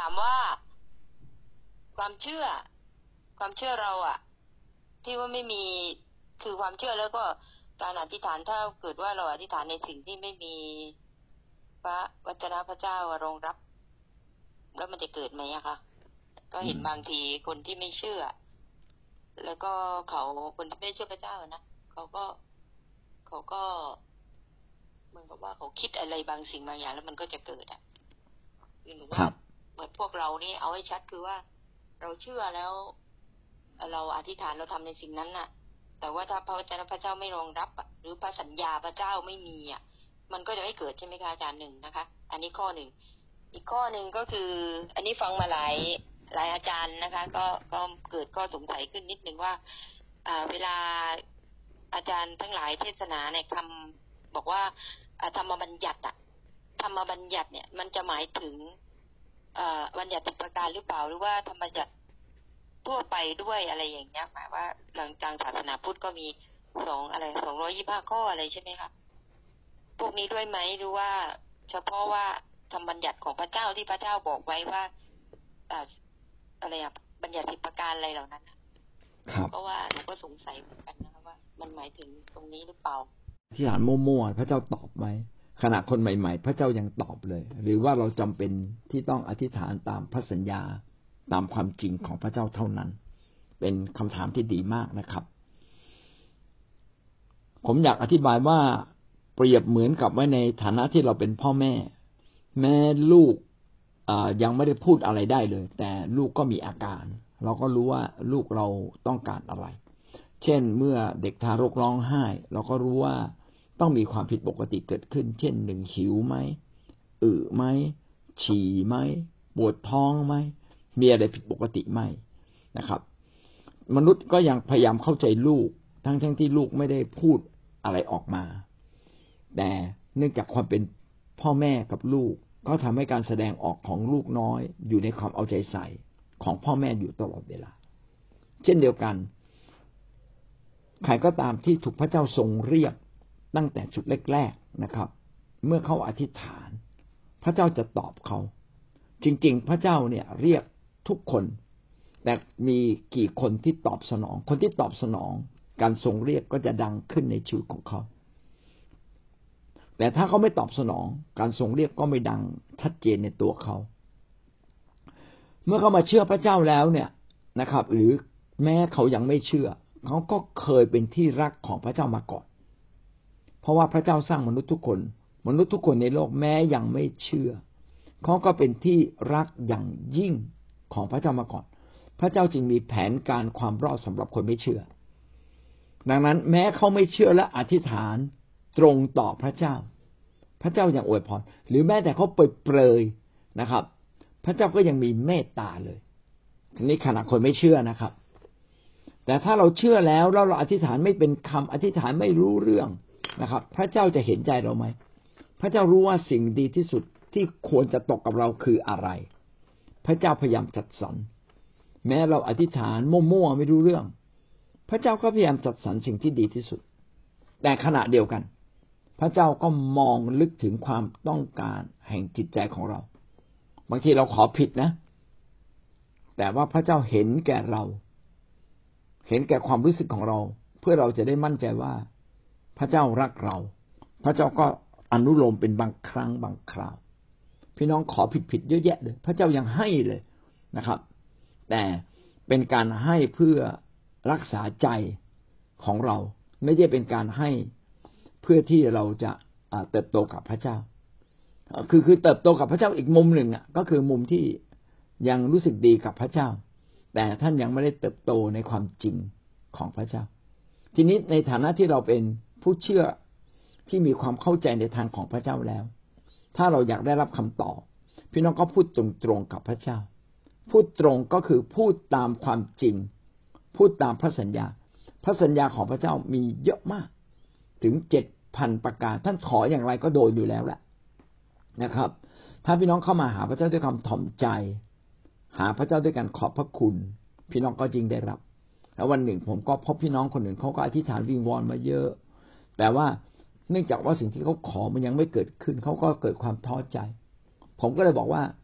ามว่าความเชื่อเราอะที่ว่าไม่มีคือความเชื่อแล้วก็การอธิษฐานถ้าเกิดว่าเราอธิษฐานในสิ่งที่ไม่มีพระวจนะพระเจ้ารองรับแล้วมันจะเกิดไหมอะคะก็เห็นบางทีคนที่ไม่เชื่อแล้วก็คนที่ไม่เชื่อพระเจ้านะเขาก็เหมือนกับว่าเขาคิดอะไรบางสิ่งบางอย่างแล้วมันก็จะเกิดอะหรือว่าเหมือนพวกเรานี่เอาให้ชัดคือว่าเราเชื่อแล้วเราอธิษฐานเราทำในสิ่งนั้นน่ะแต่ว่าถ้าพระวจนะพระเจ้าไม่รองรับหรือพระสัญญาพระเจ้าไม่มีอ่ะมันก็จะไม่เกิดใช่ไหมคะอาจารย์หนึ่งนะคะอันนี้ข้อหนึ่งอีกข้อหนึ่งก็คืออันนี้ฟังมาหลายอาจารย์นะคะก็เกิดข้อสงสัยขึ้นนิดนึงว่าเวลาอาจารย์ทั้งหลายเทศนาเนี่ยบอกว่าธรรมบัญญัติธรรมบัญญัติเนี่ยมันจะหมายถึงบัญญัติประการหรือเปล่าหรือว่าธรรมบัญญัติทั่วไปด้วยอะไรอย่างเงี้ยหมายว่าหลังจากศาสนาพุทธก็มี225ข้ออะไรใช่ไหมคะพวกนี้ด้วยไหมหรือว่าเฉพาะว่าธรรมบัญญัติของพระเจ้าที่พระเจ้าบอกไว้ว่าอะไรบัญญัติประการอะไรเหล่านั้นเพราะว่าหนูก็สงสัยเหมือนกันนะคะว่ามันหมายถึงตรงนี้หรือเปล่าที่ฐานมั่วๆพระเจ้าตอบไหมขณะคนใหม่ๆพระเจ้ายังตอบเลยหรือว่าเราจำเป็นที่ต้องอธิษฐานตามพระสัญญาตามความจริงของพระเจ้าเท่านั้นเป็นคำถามที่ดีมากนะครับผมอยากอธิบายว่าเปรียบเหมือนกับไว้ในฐานะที่เราเป็นพ่อแม่แม่ลูกยังไม่ได้พูดอะไรได้เลยแต่ลูกก็มีอาการเราก็รู้ว่าลูกเราต้องการอะไรเช่นเมื่อเด็กทารกร้องไห้เราก็รู้ว่าต้องมีความผิดปกติเกิดขึ้นเช่น1หิวไหมไหมฉี่ไหมปวดท้องไหมมีอะไรผิดปกติไหมนะครับมนุษย์ก็ยังพยายามเข้าใจลูกทั้งที่ลูกไม่ได้พูดอะไรออกมาแต่เนื่องจากความเป็นพ่อแม่กับลูกก็ทำให้การแสดงออกของลูกน้อยอยู่ในความเอาใจใส่ของพ่อแม่อยู่ตลอดเวลาเช่นเดียวกันใครก็ตามที่ถูกพระเจ้าทรงเรียกตั้งแต่จุดแรกๆนะครับเมื่อเขาอธิษฐานพระเจ้าจะตอบเขาจริงๆพระเจ้าเนี่ยเรียกทุกคนแต่มีกี่คนที่ตอบสนองคนที่ตอบสนองการทรงเรียกก็จะดังขึ้นในชีวิตของเขาแต่ถ้าเขาไม่ตอบสนองการทรงเรียกก็ไม่ดังชัดเจนในตัวเขาเมื่อเขามาเชื่อพระเจ้าแล้วเนี่ยนะครับหรือแม้เขายังไม่เชื่อเขาก็เคยเป็นที่รักของพระเจ้ามาก่อนเพราะว่าพระเจ้าสร้างมนุษย์ทุกคนในโลกแม้ยังไม่เชื่อเขาก็เป็นที่รักอย่างยิ่งของพระเจ้ามาก่อนพระเจ้าจึงมีแผนการความรอดสำหรับคนไม่เชื่อดังนั้นแม้เขาไม่เชื่อและอธิษฐานตรงต่อพระเจ้าพระเจ้ายังอวยพรหรือแม้แต่เขาเปรยนะครับพระเจ้าก็ยังมีเมตตาเลยทีนี้ขณะคนไม่เชื่อนะครับแต่ถ้าเราเชื่อแล้วเราอธิษฐานไม่เป็นคำอธิษฐานไม่รู้เรื่องนะครับพระเจ้าจะเห็นใจเราไหมพระเจ้ารู้ว่าสิ่งดีที่สุดที่ควรจะตกกับเราคืออะไรพระเจ้าพยายามจัดสรรแม้เราอธิษฐานมั่วๆไม่รู้เรื่องพระเจ้าก็พยายามจัดสรรสิ่งที่ดีที่สุดแต่ขณะเดียวกันพระเจ้าก็มองลึกถึงความต้องการแห่งจิตใจของเราบางทีเราขอผิดนะแต่ว่าพระเจ้าเห็นแก่เราเห็นแก่ความรู้สึกของเราเพื่อเราจะได้มั่นใจว่าพระเจ้ารักเราพระเจ้าก็อนุโลมเป็นบางครั้งบางคราวพี่น้องขอผิดเยอะแยะเลยพระเจ้ายังให้เลยนะครับแต่เป็นการให้เพื่อรักษาใจของเราไม่ได้เป็นการให้เพื่อที่เราจะเติบโตกับพระเจ้าคือเติบโตกับพระเจ้าอีกมุมหนึ่งก็คือมุมที่ยังรู้สึกดีกับพระเจ้าแต่ท่านยังไม่ได้เติบโตในความจริงของพระเจ้าทีนี้ในฐานะที่เราเป็นผู้เชื่อที่มีความเข้าใจในทางของพระเจ้าแล้วถ้าเราอยากได้รับคำตอบพี่น้องก็พูดตรงๆกับพระเจ้าพูดตรงก็คือพูดตามความจริงพูดตามพระสัญญาพระสัญญาของพระเจ้ามีเยอะมากถึง 7,000 ประการท่านขออย่างไรก็โดนอยู่แล้วแหละนะครับถ้าพี่น้องเข้ามาหาพระเจ้าด้วยความถ่อมใจหาพระเจ้าด้วยการขอบพระคุณพี่น้องก็จริงได้รับแล้ววันหนึ่งผมก็พบพี่น้องคนหนึ่งเขาก็อธิษฐานวิงวอนมาเยอะแต่ว่าเนื่องจากว่าสิ่งที่เขาขอมันยังไม่เกิดขึ้นเขาก็เกิดความท้อใจผมก็เลยบอกว่า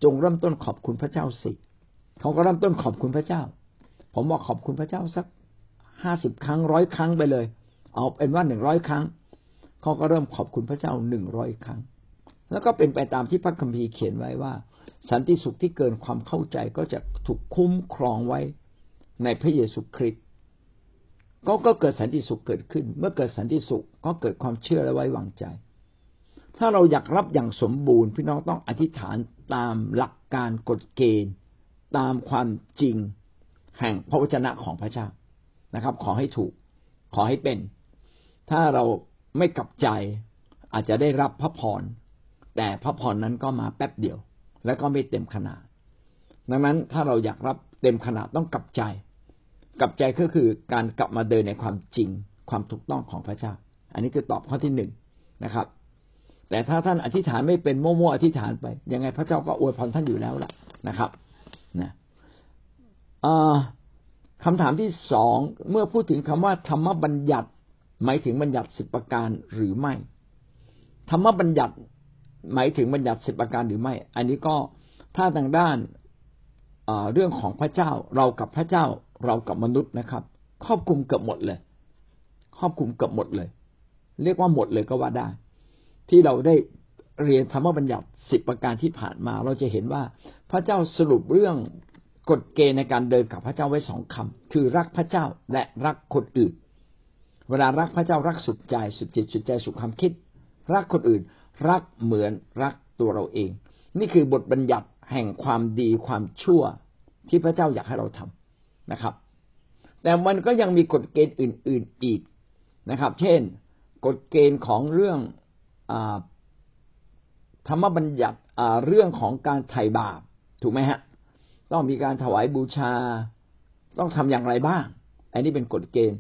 จงเริ่มต้นขอบคุณพระเจ้าสิเขาก็เริ่มต้นขอบคุณพระเจ้าผมบอกขอบคุณพระเจ้าสัก50 ครั้ง100 ครั้งไปเลยเอาเป็นว่า100 ครั้งเขาก็เริ่มขอบคุณพระเจ้า100 ครั้งแล้วก็เป็นไปตามที่พระคัมภีร์เขียนไว้ว่าสันติสุขที่เกินความเข้าใจก็จะถูกคุ้มครองไว้ในพระเยซูคริสต์ก็เกิดสันติสุขเกิดขึ้นเมื่อเกิดสันติสุขก็เกิดความเชื่อและไว้วางใจถ้าเราอยากรับอย่างสมบูรณ์พี่น้องต้องอธิษฐานตามหลักการกฎเกณฑ์ตามความจริงแห่งพระวจนะของพระเจ้านะครับขอให้ถูกขอให้เป็นถ้าเราไม่กลับใจอาจจะได้รับพระพรแต่พระพรนั้นก็มาแป๊บเดียวและก็ไม่เต็มขนาดดังนั้นถ้าเราอยากรับเต็มขนาดต้องกลับใจกลับใจก็คือการกลับมาเดินในความจริงความถูกต้องของพระเจ้าอันนี้คือตอบข้อที่1นะครับแต่ถ้าท่านอธิษฐานไม่เป็นมั่วๆอธิษฐานไปยังไงพระเจ้าก็อวยพรท่านอยู่แล้วล่ะนะครับนะคำถามที่2เมื่อพูดถึงคำว่าธรรมบัญญัติหมายถึงบัญญัติ10 ประการหรือไม่ธรรมบัญญัติหมายถึงบัญญัติ10 ประการหรือไม่อันนี้ก็ถ้าทางด้านเรื่องของพระเจ้าเรากับพระเจ้าเรากับมนุษย์นะครับครอบคลุมเกือบหมดเลยครอบคลุมเกือบหมดเลยเรียกว่าหมดเลยก็ว่าได้ที่เราได้เรียนธรรมบัญญัติ10 ประการที่ผ่านมาเราจะเห็นว่าพระเจ้าสรุปเรื่องกฎเกณฑ์ในการเดินกับพระเจ้าไว้2 คำคือรักพระเจ้าและรักคนอื่นเวลารักพระเจ้ารักสุดใจสุดจิตสุดใจสุดความคิดรักคนอื่นรักเหมือนรักตัวเราเองนี่คือบทบัญญัติแห่งความดีความชั่วที่พระเจ้าอยากให้เราทำนะครับแต่มันก็ยังมีกฎเกณฑ์อื่นๆอีกนะครับเช่นกฎเกณฑ์ของเรื่องธรรมบัญญัติเรื่องของการไถ่บาปถูกไหมฮะต้องมีการถวายบูชาต้องทำอย่างไรบ้างอันนี้เป็นกฎเกณฑ์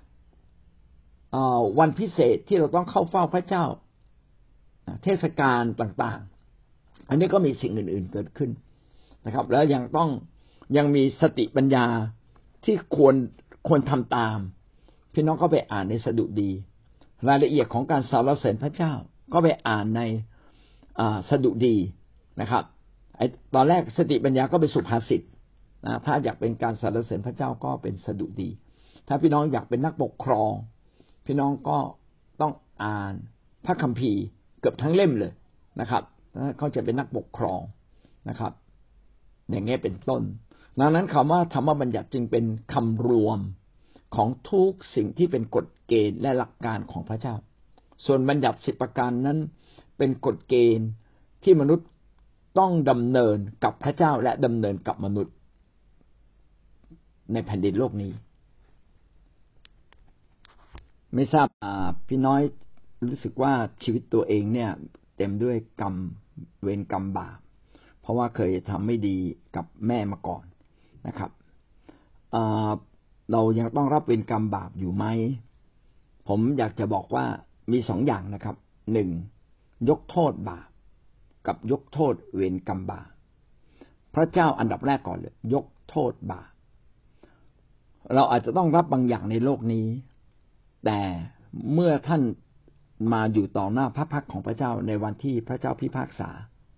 วันพิเศษที่เราต้องเข้าเฝ้าพระเจ้าเทศกาลต่างๆอันนี้ก็มีสิ่งอื่นๆเกิดขึ้นนะครับแล้วยังมีสติปัญญาที่ควรทำตามพี่น้องก็ไปอ่านในสดุดีรายละเอียดของการสรรเสริญพระเจ้าก็ไปอ่านในสดุดีนะครับตอนแรกสติปัญญาก็เป็นสุภาษิตถ้าอยากเป็นการสรรเสริญพระเจ้าก็เป็นสดุดีถ้าพี่น้องอยากเป็นนักปกครองพี่น้องก็ต้องอ่านพระคัมภีร์เกือบทั้งเล่มเลยนะครับเขาจะเป็นนักปกครองนะครับอย่างนี้เป็นต้นดังนั้นคำว่าธรรมบัญญัติจึงเป็นคำรวมของทุกสิ่งที่เป็นกฎเกณฑ์และหลักการของพระเจ้าส่วนบัญญัติ10 ประการนั้นเป็นกฎเกณฑ์ที่มนุษย์ต้องดำเนินกับพระเจ้าและดำเนินกับมนุษย์ในแผ่นดินโลกนี้ไม่ทราบพี่น้อยรู้สึกว่าชีวิตตัวเองเนี่ยเต็มด้วยกรรมเวรกรรมบาปเพราะว่าเคยทำไม่ดีกับแม่มาก่อนนะครับเรายังต้องรับเวรกรรมบาปอยู่ไหมผมอยากจะบอกว่ามี2 อย่างนะครับ1ยกโทษบาปกับยกโทษเวรกรรมบาปพระเจ้าอันดับแรกก่อนเลยยกโทษบาปเราอาจจะต้องรับบางอย่างในโลกนี้แต่เมื่อท่านมาอยู่ต่อหน้าพระพักของพระเจ้าในวันที่พระเจ้าพิพากษา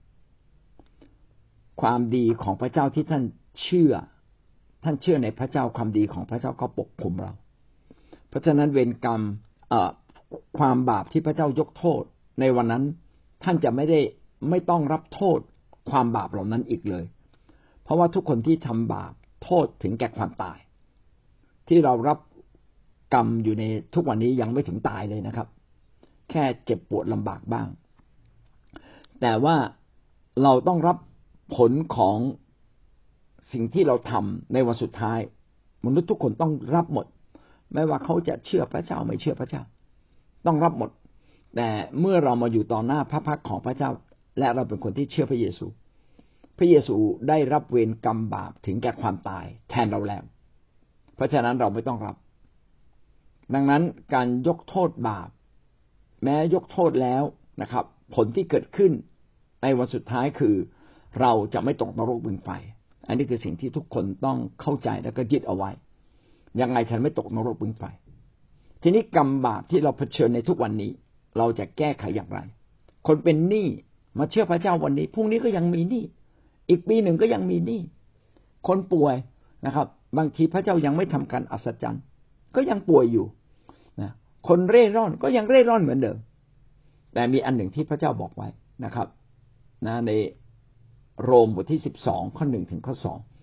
ความดีของพระเจ้าที่ท่านเชื่อในพระเจ้าความดีของพระเจ้าก็ปกคุมเราเพราะฉะนั้นเวรกรรมความบาปที่พระเจ้ายกโทษในวันนั้นท่านจะไม่ต้องรับโทษความบาปเหล่านั้นอีกเลยเพราะว่าทุกคนที่ทำบาปโทษถึงแก่ความตายที่เรารับกรรมอยู่ในทุกวันนี้ยังไม่ถึงตายเลยนะครับแค่เจ็บปวดลำบากบ้างแต่ว่าเราต้องรับผลของสิ่งที่เราทำในวันสุดท้ายมนุษย์ทุกคนต้องรับหมดไม่ว่าเขาจะเชื่อพระเจ้าไม่เชื่อพระเจ้าต้องรับหมดแต่เมื่อเรามาอยู่ต่อหน้าพระพักของพระเจ้าและเราเป็นคนที่เชื่อพระเยซูได้รับเวรกรรมบาปถึงแก่ความตายแทนเราแล้วเพราะฉะนั้นเราไม่ต้องรับดังนั้นการยกโทษบาปแม้ยกโทษแล้วนะครับผลที่เกิดขึ้นในวันสุดท้ายคือเราจะไม่ตกนรกบึงไฟอันนี้คือสิ่งที่ทุกคนต้องเข้าใจแล้วก็ยึดเอาไว้ยังไงฉันไม่ตกนรกบึงไฟทีนี้กรรมบาปที่เราเผชิญในทุกวันนี้เราจะแก้ไขอย่างไรคนเป็นหนี้มาเชื่อพระเจ้าวันนี้พรุ่งนี้ก็ยังมีหนี้อีกปีหนึ่งก็ยังมีหนี้คนป่วยนะครับบางทีพระเจ้ายังไม่ทำการอัศจรรย์ก็ยังป่วยอยู่นะคนเร่ร่อนก็ยังเร่ร่อนเหมือนเดิมแต่มีอันหนึ่งที่พระเจ้าบอกไว้นะครับนะในโรมบทที่12ข้อ1ถึงข้อ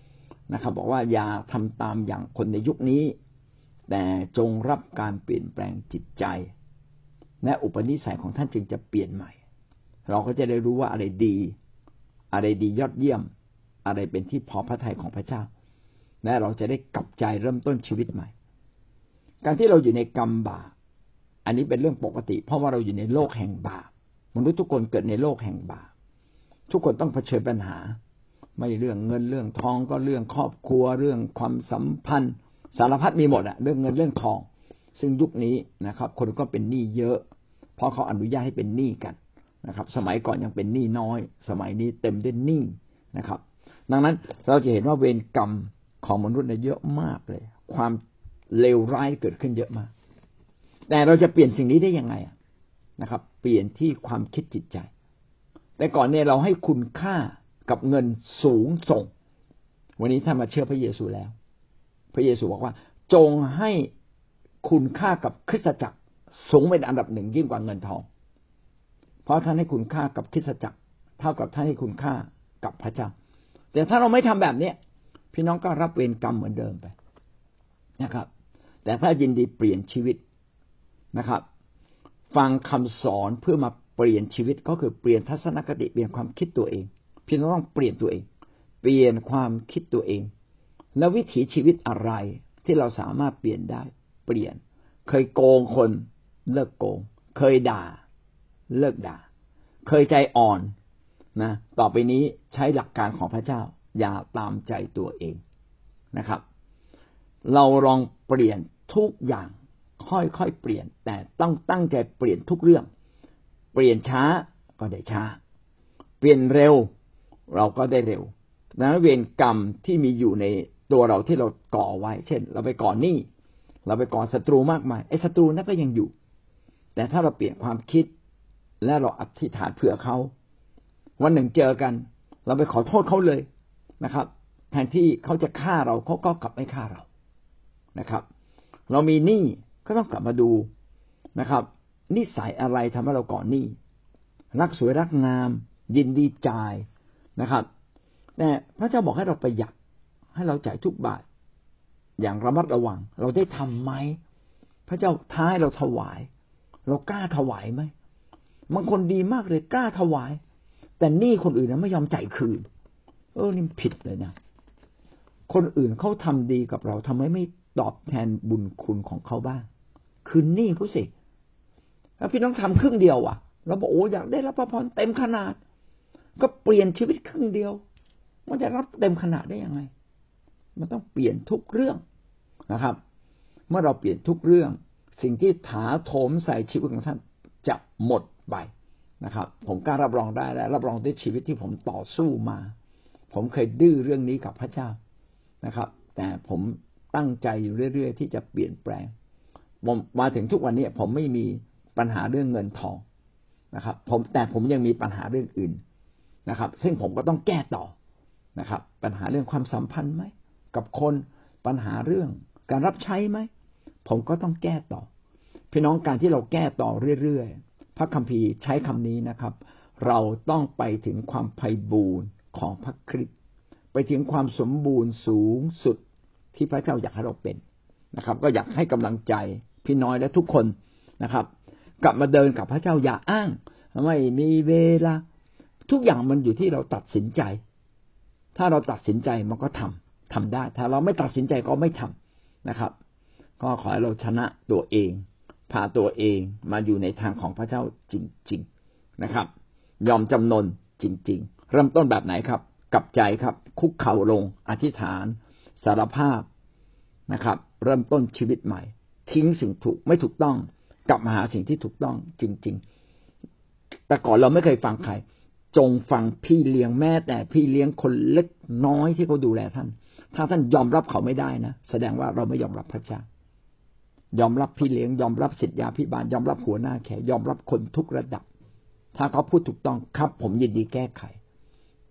2นะครับบอกว่าอย่าทำตามอย่างคนในยุคนี้แต่จงรับการเปลี่ยนแปลงจิตใจและอุปนิสัยของท่านจึงจะเปลี่ยนใหม่เราก็จะได้รู้ว่าอะไรดียอดเยี่ยมอะไรเป็นที่พอพระทัยของพระเจ้าและเราจะได้กลับใจเริ่มต้นชีวิตใหม่การที่เราอยู่ในกรรมบาปอันนี้เป็นเรื่องปกติเพราะว่าเราอยู่ในโลกแห่งบาปมนุษย์ทุกคนเกิดในโลกแห่งบาปทุกคนต้องเผชิญปัญหาไม่เรื่องเงินเรื่องทองก็เรื่องครอบครัวเรื่องความสัมพันธ์สารพัดมีหมดอะเรื่องเงินเรื่องทองซึ่งยุคนี้นะครับคนก็เป็นหนี้เยอะเพราะเขาอนุญาตให้เป็นหนี้กันนะครับสมัยก่อนยังเป็นหนี้น้อยสมัยนี้เต็มด้วยหนี้นะครับดังนั้นเราจะเห็นว่าเวรกรรมของมนุษย์เนี่ยเยอะมากเลยความเลวร้ายเกิดขึ้นเยอะมากแต่เราจะเปลี่ยนสิ่งนี้ได้ยังไงนะครับเปลี่ยนที่ความคิดจิตใจแต่ก่อนเนี่ยเราให้คุณค่ากับเงินสูงส่งวันนี้ถ้ามาเชื่อพระเยซูแล้วพระเยซูบอกว่าจงให้คุณค่ากับคริสตจักรสูงเป็นอันดับหนึ่งยิ่งกว่าเงินทองเพราะท่านให้คุณค่ากับคริสตจักรเท่ากับท่านให้คุณค่ากับพระเจ้าแต่ถ้าเราไม่ทำแบบนี้พี่น้องก็รับเวรกรรมเหมือนเดิมไปนะครับแต่ถ้ายินดีเปลี่ยนชีวิตนะครับฟังคำสอนเพื่อมาเปลี่ยนชีวิตก็คือเปลี่ยนทัศนคติเปลี่ยนความคิดตัวเองพี่น้องต้องเปลี่ยนตัวเองเปลี่ยนความคิดตัวเองแล้ววิถีชีวิตอะไรที่เราสามารถเปลี่ยนได้เปลี่ยนเคยโกงคนเลิกโกงเคยด่าเลิกด่าเคยใจอ่อนนะต่อไปนี้ใช้หลักการของพระเจ้าอย่าตามใจตัวเองนะครับเราลองเปลี่ยนทุกอย่างค่อยๆเปลี่ยนแต่ต้องตั้งใจเปลี่ยนทุกเรื่องเปลี่ยนช้าก็ได้ช้าเปลี่ยนเร็วเราก็ได้เร็วดังนั้นเวรกรรมที่มีอยู่ในตัวเราที่เราก่อไว้เช่นเราไปก่อหนี้เราไปก่อศัตรูมากมายไอ้ศัตรูนั้นก็ยังอยู่แต่ถ้าเราเปลี่ยนความคิดและเราอธิษฐานเผื่อเขาวันหนึ่งเจอกันเราไปขอโทษเขาเลยนะครับแทนที่เขาจะฆ่าเราเขาก็กลับไม่ฆ่าเรานะครับเรามีหนี้ก็ต้องกลับมาดูนะครับนิสัยอะไรทำให้เราก่อหนี้รักสวยรักงามยินดีจ่ายนะครับแต่พระเจ้าบอกให้เราประหยัดให้เราจ่ายทุกบาทอย่างระมัดระวังเราได้ทำไหมพระเจ้าท้าให้เราถวายเรากล้าถวายไหมบางคนดีมากเลยกล้าถวายแต่หนี้คนอื่นนะไม่ยอมจ่ายคืนนี่ผิดเลยนะคนอื่นเขาทำดีกับเราทำไมไม่ตอบแทนบุญคุณของเขาบ้างคืนหนี้เขาสิแล้วพี่น้องทำครึ่งเดียวเราบอกอยากได้รับพระพรเต็มขนาดก็เปลี่ยนชีวิตครึ่งเดียวมันจะรับเต็มขนาดได้ยังไงมันต้องเปลี่ยนทุกเรื่องนะครับเมื่อเราเปลี่ยนทุกเรื่องสิ่งที่ถาโถมใส่ชีวิตของท่านจะหมดไปนะครับผมกล้ารับรองได้และรับรองด้วยชีวิตที่ผมต่อสู้มาผมเคยดื้อเรื่องนี้กับพระเจ้านะครับแต่ผมตั้งใจอยู่เรื่อยๆที่จะเปลี่ยนแปลงมาถึงทุกวันนี้ผมไม่มีปัญหาเรื่องเงินทองนะครับแต่ผมยังมีปัญหาเรื่องอื่นนะครับซึ่งผมก็ต้องแก้ต่อนะครับปัญหาเรื่องความสัมพันธ์ไหมกับคนปัญหาเรื่องการรับใช้ไหมผมก็ต้องแก้ต่อพี่น้องการที่เราแก้ต่อเรื่อยๆพระคัมภีร์ใช้คำนี้นะครับเราต้องไปถึงความไพบูลย์ของพระคริสต์ไปถึงความสมบูรณ์สูงสุดที่พระเจ้าอยากให้เราเป็นนะครับก็อยากให้กำลังใจพี่น้อยและทุกคนนะครับกลับมาเดินกับพระเจ้าอย่าอ้างไม่มีเวลาทุกอย่างมันอยู่ที่เราตัดสินใจถ้าเราตัดสินใจมันก็ทำได้ถ้าเราไม่ตัดสินใจก็ไม่ทำนะครับก็ขอให้เราชนะตัวเองพาตัวเองมาอยู่ในทางของพระเจ้าจริงๆนะครับยอมจำนนจริงๆเริ่มต้นแบบไหนครับกลับใจครับคุกเข่าลงอธิษฐานสารภาพนะครับเริ่มต้นชีวิตใหม่ทิ้งสิ่งไม่ถูกต้องกลับมาหาสิ่งที่ถูกต้องจริงๆแต่ก่อนเราไม่เคยฟังใครจงฟังพี่เลี้ยงแม้แต่พี่เลี้ยงคนเล็กน้อยที่เขาดูแลท่านถ้าท่านยอมรับเขาไม่ได้นะแสดงว่าเราไม่ยอมรับพระเจ้ายอมรับพี่เลี้ยงยอมรับศิษยาภิบาลยอมรับหัวหน้าแขกยอมรับคนทุกระดับถ้าเขาพูดถูกต้องครับผมยินดีแก้ไข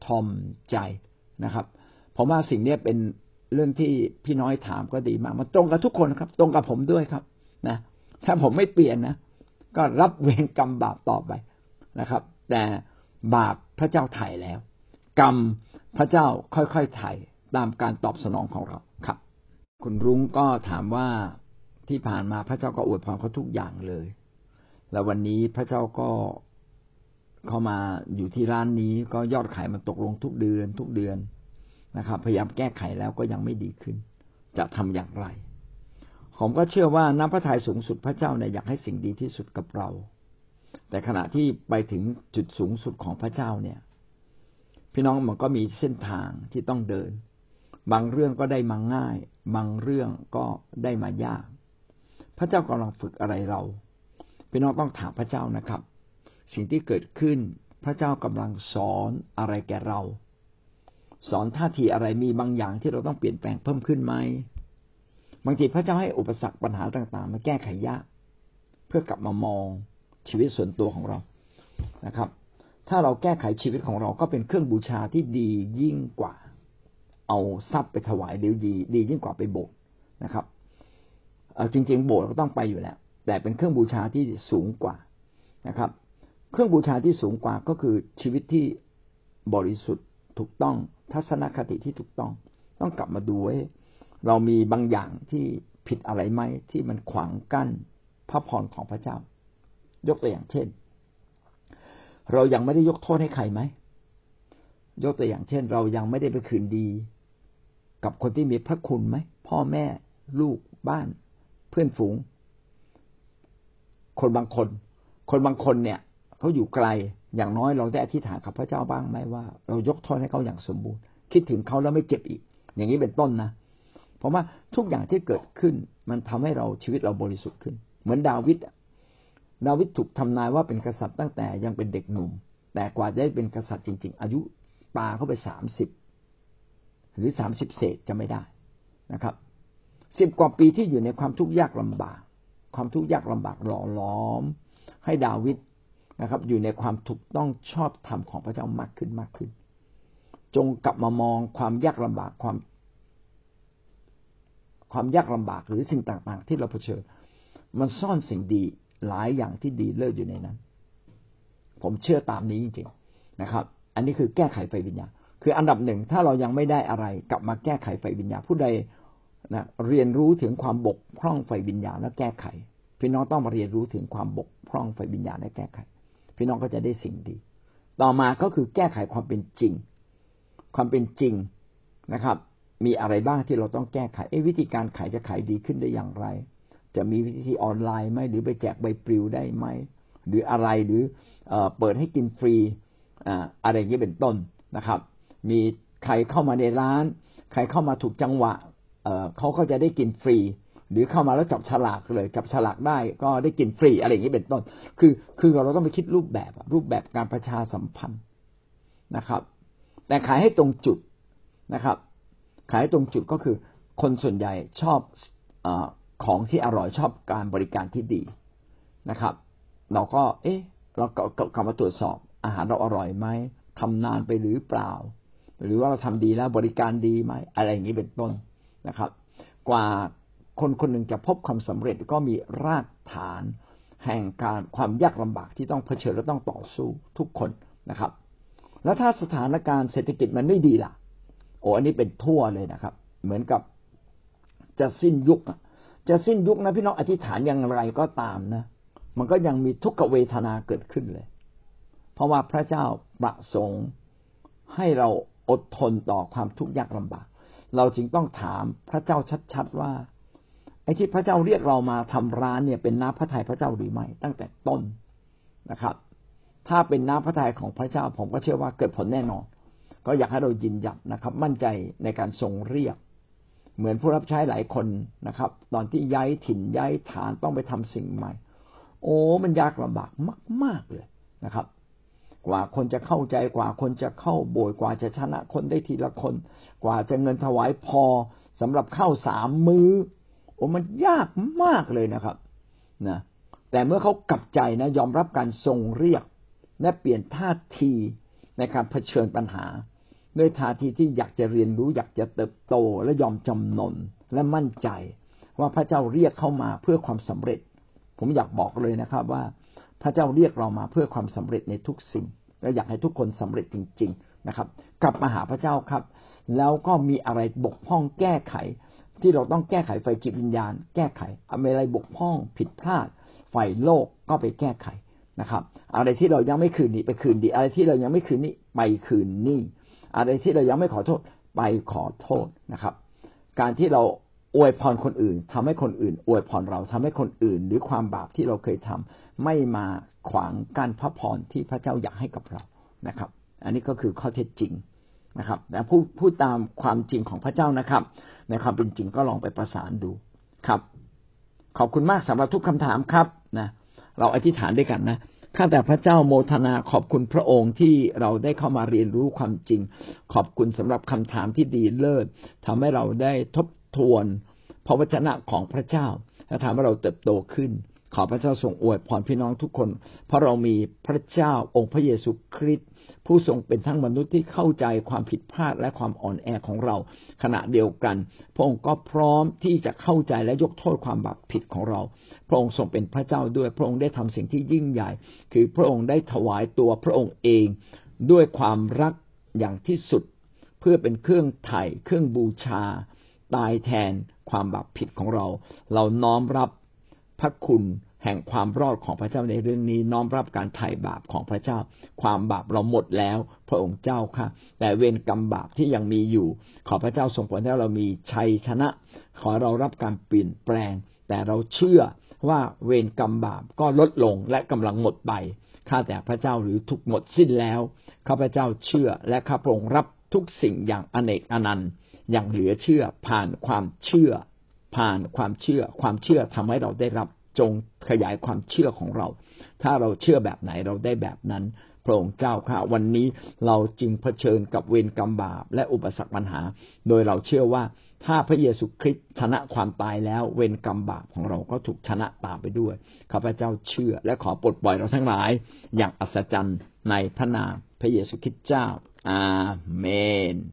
ทอมใจนะครับผมว่าสิ่งนี้เป็นเรื่องที่พี่น้อยถามก็ดีมากมันตรงกับทุกคนครับตรงกับผมด้วยครับนะถ้าผมไม่เปลี่ยนนะก็รับเวรกรรมบาปต่อไปนะครับแต่บาปพระเจ้าไถ่แล้วกรรมพระเจ้าค่อยๆไถ่ตามการตอบสนองของเราครับคุณรุ้งก็ถามว่าที่ผ่านมาพระเจ้าก็อวยพรเขาทุกอย่างเลยแล้ววันนี้พระเจ้าก็เข้ามาอยู่ที่ร้านนี้ก็ยอดขายมันตกลงทุกเดือนนะครับพยายามแก้ไขแล้วก็ยังไม่ดีขึ้นจะทำอย่างไรผมก็เชื่อว่าน้ำพระทัยสูงสุดพระเจ้าเนี่ยอยากให้สิ่งดีที่สุดกับเราแต่ขณะที่ไปถึงจุดสูงสุดของพระเจ้าเนี่ยพี่น้องมันก็มีเส้นทางที่ต้องเดินบางเรื่องก็ได้มาง่ายบางเรื่องก็ได้มายากพระเจ้ากำลังฝึกอะไรเราพี่น้องต้องถามพระเจ้านะครับสิ่งที่เกิดขึ้นพระเจ้ากำลังสอนอะไรแก่เราสอนท่าทีอะไรมีบางอย่างที่เราต้องเปลี่ยนแปลงเพิ่มขึ้นไหมบางทีพระเจ้าให้อุปสรรคปัญหาต่างๆมาแก้ไขยากเพื่อกลับมามองชีวิตส่วนตัวของเรานะครับถ้าเราแก้ไขชีวิตของเราก็เป็นเครื่องบูชาที่ดียิ่งกว่าเอาทรัพย์ไปถวายหรือดียิ่งกว่าไปโบสถ์นะครับจริงๆโบสถ์ก็ต้องไปอยู่แล้วแต่เป็นเครื่องบูชาที่สูงกว่านะครับเครื่องบูชาที่สูงกว่าก็คือชีวิตที่บริสุทธิ์ถูกต้องทัศนคติที่ถูกต้องกลับมาดูว่าเรามีบางอย่างที่ผิดอะไรไหมที่มันขวางกั้นพระพรของพระเจ้ายกตัวอย่างเช่นเรายังไม่ได้ยกโทษให้ใครไหมยกตัวอย่างเช่นเรายังไม่ได้ไปคืนดีกับคนที่มีพระคุณไหมพ่อแม่ลูกบ้านเพื่อนฝูงคนบางคนเนี่ยเขาอยู่ไกลอย่างน้อยเราได้อธิษฐานกับพระเจ้าบ้างไหมว่าเรายกโทษให้เขาอย่างสมบูรณ์คิดถึงเขาแล้วไม่เจ็บอีกอย่างนี้เป็นต้นนะเพราะว่าทุกอย่างที่เกิดขึ้นมันทำให้เราชีวิตเราบริสุทธิ์ขึ้นเหมือนดาวิดถูกทำนายว่าเป็นกษัตริย์ตั้งแต่ยังเป็นเด็กหนุ่มแต่กว่าจะได้เป็นกษัตริย์จริงๆอายุปาเข้าไป30หรือ30เศษจะไม่ได้นะครับ10 กว่าปีที่อยู่ในความทุกข์ยากลำบากหล่อหลอมให้ดาวิดนะครับอยู่ในความถูกต้องชอบธรรมของพระเจ้ามากขึ้นจงกลับมามองความยากลำบากความยากลำบากหรือสิ่งต่างๆที่เราเผชิญมันซ่อนสิ่งดีหลายอย่างที่ดีเลิศอยู่ในนั้นผมเชื่อตามนี้จริงๆนะครับอันนี้คือแก้ไขไฟวิญญาณคืออันดับหนึ่งถ้าเรายังไม่ได้อะไรกลับมาแก้ไขไฟวิญญาณผู้ใดนะเรียนรู้ถึงความบกพร่องไฟวิญญาณและแก้ไขพี่น้องต้องมาเรียนรู้ถึงความบกพร่องไฟวิญญาณและแก้ไขพี่น้องก็จะได้สิ่งดีต่อมาก็คือแก้ไขความเป็นจริงนะครับมีอะไรบ้างที่เราต้องแก้ไขวิธีการขายจะขายดีขึ้นได้อย่างไรจะมีวิธีออนไลน์ไหมหรือไปแจกใบปลิวได้ไหมหรืออะไรหรือเปิดให้กินฟรีอะไรอย่างนี้เป็นต้นนะครับมีใครเข้ามาในร้านใครเข้ามาถูกจังหวะเขาก็จะได้กินฟรีหรือเข้ามาแล้วจับฉลากเลยจับฉลากได้ก็ได้กินฟรีอะไรอย่างนี้เป็นต้นคือเราต้องไปคิดรูปแบบการประชาสัมพันธ์นะครับแต่ขายให้ตรงจุดนะครับขายให้ตรงจุดก็คือคนส่วนใหญ่ชอบของที่อร่อยชอบการบริการที่ดีนะครับเราก็เราก็กลับมาตรวจสอบอาหารเราอร่อยไหมทำนานไปหรือเปล่าหรือว่าเราทำดีแล้วบริการดีไหมอะไรอย่างนี้เป็นต้นนะครับกว่าคนหนึ่งจะพบความสำเร็จก็มีรากฐานแห่งการความยากลำบากที่ต้องเผชิญและต้องต่อสู้ทุกคนนะครับแล้วถ้าสถานการณ์เศรษฐกิจมันไม่ดีล่ะอันนี้เป็นทั่วเลยนะครับเหมือนกับจะสิ้นยุคนะพี่น้องอธิษฐานอย่างไรก็ตามนะมันก็ยังมีทุกขเวทนาเกิดขึ้นเลยเพราะว่าพระเจ้าประสงค์ให้เราอดทนต่อความทุกข์ยากลำบากเราจึงต้องถามพระเจ้าชัดๆว่าไอ้ที่พระเจ้าเรียกเรามาทำร้านเนี่ยเป็นน้ำพระทัยพระเจ้าหรือไม่ตั้งแต่ต้นนะครับถ้าเป็นน้ำพระทัยของพระเจ้าผมก็เชื่อว่าเกิดผลแน่นอนก็อยากให้เรายืนหยัดนะครับมั่นใจในการทรงเรียกเหมือนผู้รับใช้หลายคนนะครับตอนที่ย้ายถิ่นย้ายฐานต้องไปทำสิ่งใหม่มันยากลำบากมากๆเลยนะครับกว่าคนจะเข้าใจกว่าคนจะเข้าโบสถ์กว่าจะชนะคนได้ทีละคนกว่าจะเงินถวายพอสำหรับข้าว3 มื้อมันยากมากเลยนะครับนะแต่เมื่อเขากลับใจนะยอมรับการทรงเรียกและเปลี่ยนท่าทีในการเผชิญปัญหาด้วยท่าทีที่อยากจะเรียนรู้อยากจะเติบโตและยอมจำนนและมั่นใจว่าพระเจ้าเรียกเข้ามาเพื่อความสำเร็จผมอยากบอกเลยนะครับว่าพระเจ้าเรียกเรามาเพื่อความสำเร็จในทุกสิ่งและอยากให้ทุกคนสำเร็จจริงๆนะครับกลับมาหาพระเจ้าครับแล้วก็มีอะไรบกพร่องแก้ไขที่เราต้องแก้ไขฝ่ายจิตวิญญาณแก้ไขอะไรบกพร่องผิดพลาดฝ่ายโลกก็ไปแก้ไขนะครับอะไรที่เรายังไม่คืนดีไปคืนดีอะไรที่เรายังไม่คืนนี้ไปคืนหนี้อะไรที่เรายังไม่ขอโทษไปขอโทษนะครับการที่เราอวยพรคนอื่นทำให้คนอื่นอวยพรเราทำให้คนอื่นหรือความบาปที่เราเคยทำไม่มาขวางกั้นพระพรที่พระเจ้าอยากให้กับเรานะครับอันนี้ก็คือข้อเท็จจริงนะครับแต่พูดตามความจริงของพระเจ้านะครับในความเป็นจริงก็ลองไปประสานดูครับขอบคุณมากสำหรับทุกคำถามครับนะเราอธิษฐานด้วยกันนะข้าแต่พระเจ้าโมทนาขอบคุณพระองค์ที่เราได้เข้ามาเรียนรู้ความจริงขอบคุณสำหรับคำถามที่ดีเลิศทำให้เราได้ทบทวนพระวจนะของพระเจ้าและทำให้เราเติบโตขึ้นขอพระเจ้าทรงอวยพรพี่น้องทุกคนเพราะเรามีพระเจ้าองค์พระเยซูคริสต์ผู้ทรงเป็นทั้งมนุษย์ที่เข้าใจความผิดพลาดและความอ่อนแอของเราขณะเดียวกันพระองค์ก็พร้อมที่จะเข้าใจและยกโทษความบาปผิดของเราพระองค์ทรงเป็นพระเจ้าด้วยพระองค์ได้ทำสิ่งที่ยิ่งใหญ่คือพระองค์ได้ถวายตัวพระองค์เองด้วยความรักอย่างที่สุดเพื่อเป็นเครื่องไถ่เครื่องบูชาตายแทนความบาปผิดของเราเราน้อมรับพระคุณแห่งความรอดของพระเจ้าในเรื่องนี้น้อมรับการไถ่บาปของพระเจ้าความบาปเราหมดแล้วพระองค์เจ้าค่ะแต่เวรกรรมบาปที่ยังมีอยู่ขอพระเจ้าทรงโปรดให้เรามีชัยชนะขอเรารับการเปลี่ยนแปลงแต่เราเชื่อว่าเวรกรรมบาปก็ลดลงและกำลังหมดไปข้าแต่พระเจ้าหรือถูกหมดสิ้นแล้วข้าพระเจ้าเชื่อและข้าพระองค์รับทุกสิ่งอย่างอเนกอนันต์อย่างเหลือเชื่อผ่านความเชื่อความเชื่อทำให้เราได้รับจงขยายความเชื่อของเราถ้าเราเชื่อแบบไหนเราได้แบบนั้นพระองค์เจ้าค่ะวันนี้เราจึงเผชิญกับเวรกรรมบาปและอุปสรรคปัญหาโดยเราเชื่อว่าถ้าพระเยซูคริสต์ชนะความตายแล้วเวรกรรมบาปของเราก็ถูกชนะตามไปด้วยข้าพเจ้าเชื่อและขอปลดปล่อยเราทั้งหลายอย่างอัศจรรย์ในพระนามพระเยซูคริสต์เจ้าอาเมน